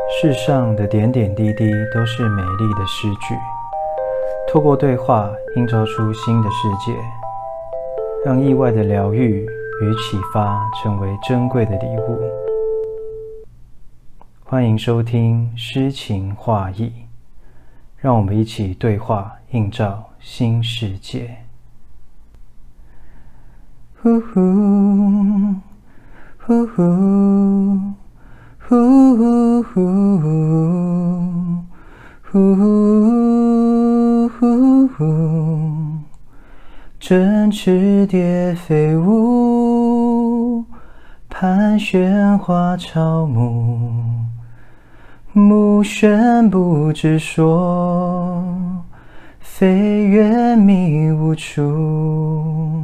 世上的点点滴滴都是美丽的诗句，透过对话映照出新的世界，让意外的疗愈与启发成为珍贵的礼物。欢迎收听诗情画意，让我们一起对话映照新世界。呼呼呼呼呼呼呼呼呼，振翅蝶飞舞，盘旋花草木，目眩不知所，飞远觅无处。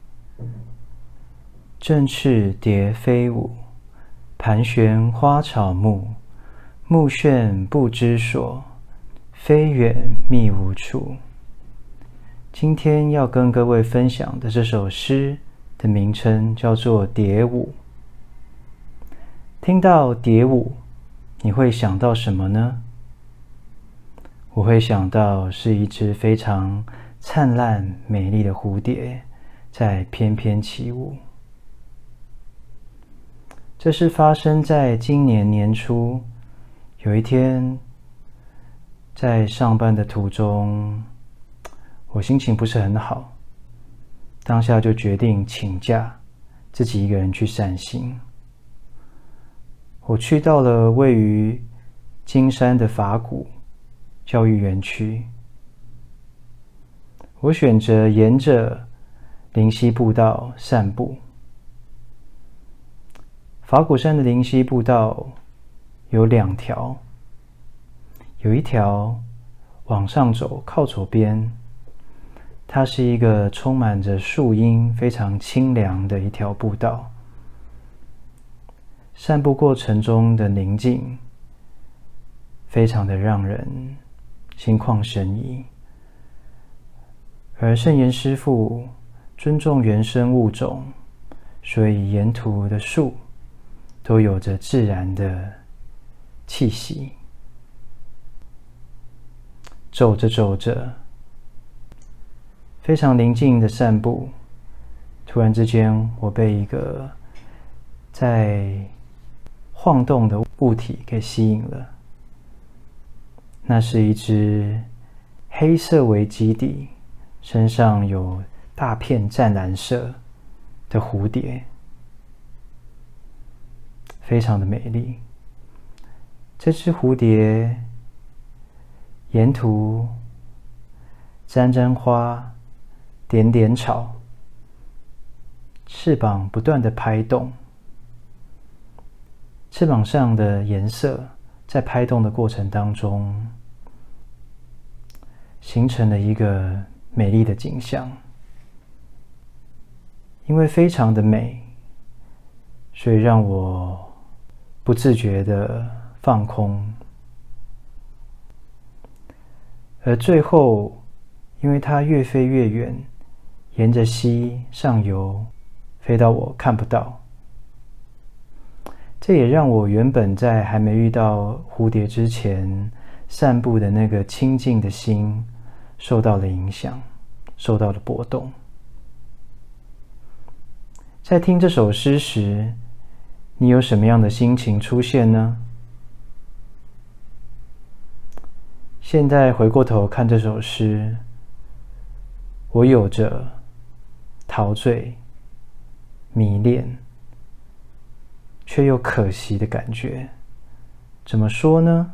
振翅蝶飞舞，盘旋花草木，目眩不知所，飞远觅无处。今天要跟各位分享的这首诗的名称叫做《蝶舞》。听到蝶舞，你会想到什么呢？我会想到是一只非常灿烂美丽的蝴蝶在翩翩起舞。这是发生在今年年初，有一天在上班的途中，我心情不是很好，当下就决定请假，自己一个人去散心。我去到了位于金山的法鼓教育园区，我选择沿着灵溪步道散步。法鼓山的灵溪步道有2条，有一条往上走，靠左边，它是一个充满着树荫、非常清凉的一条步道。散步过程中的宁静，非常的让人心旷神怡。而圣严师父尊重原生物种，所以沿途的树都有着自然的气息。走着走着，非常宁静的散步，突然之间我被一个在晃动的物体给吸引了。那是一只黑色为基底，身上有大片湛蓝色的蝴蝶，非常的美丽。这只蝴蝶沿途沾沾花，点点草，翅膀不断的拍动，翅膀上的颜色在拍动的过程当中，形成了一个美丽的景象。因为非常的美，所以让我不自觉的放空。而最后，因为它越飞越远，沿着溪上游，飞到我看不到。这也让我原本在还没遇到蝴蝶之前散步的那个清静的心受到了影响，受到了波动。在听这首诗时，你有什么样的心情出现呢？现在回过头看这首诗，我有着陶醉、迷恋却又可惜的感觉。怎么说呢？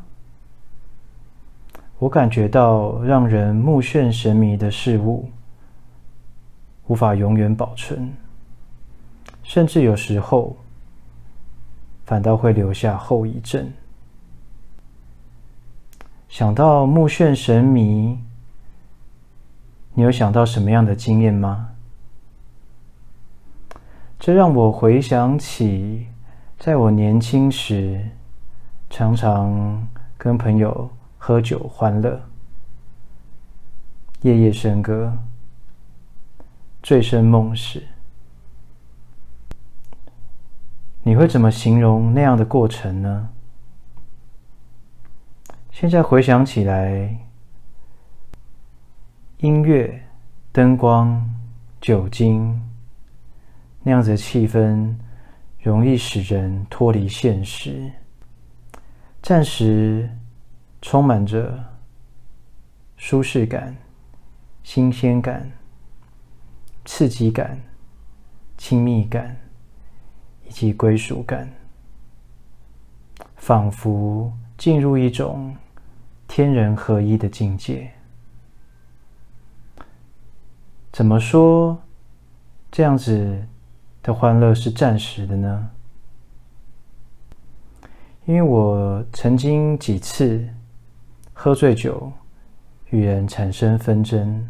我感觉到让人目眩神迷的事物无法永远保存，甚至有时候反倒会留下后遗症。想到目眩神迷，你有想到什么样的经验吗？这让我回想起在我年轻时，常常跟朋友喝酒欢乐，夜夜笙歌，醉生梦死。你会怎么形容那样的过程呢？ 现在回想起来，音乐、灯光、酒精那样子的气氛，容易使人脱离现实，暂时充满着舒适感、新鲜感、刺激感、亲密感以及归属感，仿佛进入一种天人合一的境界。怎么说这样子的欢乐是暂时的呢？因为我曾经几次喝醉酒与人产生纷争，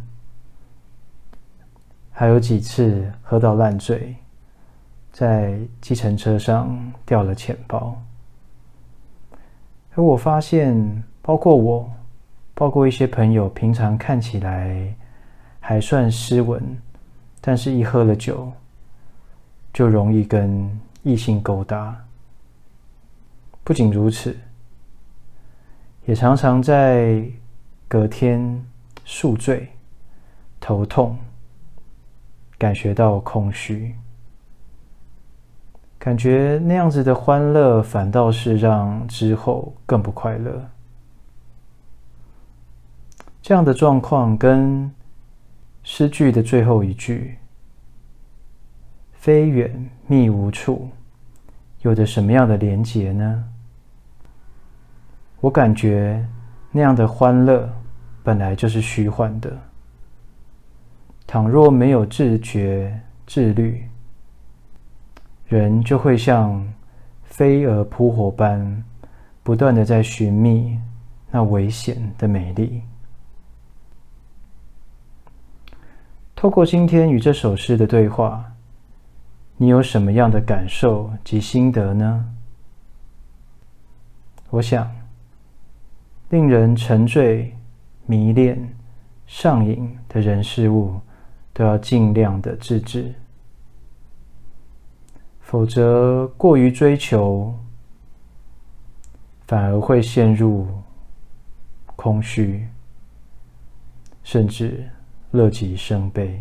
还有几次喝到烂醉，在计程车上掉了钱包。而我发现，包括一些朋友，平常看起来还算斯文，但是一喝了酒，就容易跟异性勾搭。不仅如此，也常常在隔天宿醉、头痛，感觉到空虚。感觉那样子的欢乐，反倒是让之后更不快乐。这样的状况跟诗句的最后一句“非远觅无处”有着什么样的连结呢？我感觉那样的欢乐本来就是虚幻的。倘若没有自觉、自律，人就会像飞蛾扑火般，不断的在寻觅那危险的美丽。透过今天与这首诗的对话，你有什么样的感受及心得呢？我想，令人沉醉、迷恋、上瘾的人事物，都要尽量的制止。否则过于追求，反而会陷入空虚，甚至乐极生悲。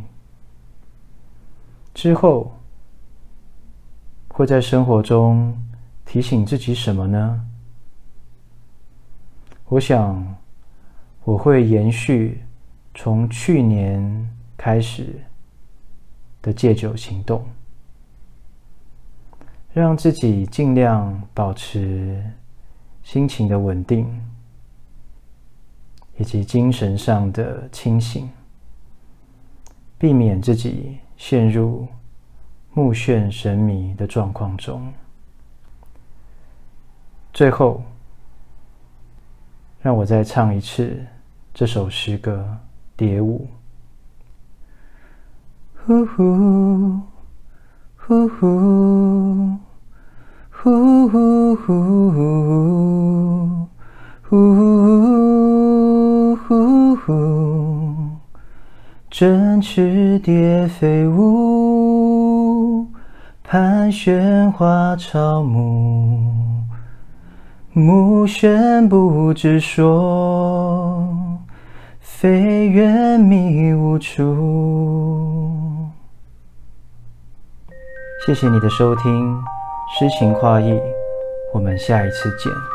之后会在生活中提醒自己什么呢？我想我会延续从去年开始的戒酒行动，让自己尽量保持心情的稳定，以及精神上的清醒，避免自己陷入目眩神迷的状况中。最后，让我再唱一次这首诗歌《蝶舞》。呼呼呼呼呼呼呼呼呼呼，振翅蝶飞舞，盘旋花草木，目眩不知所，非远觅无处。谢谢你的收听，诗情画意，我们下一次见。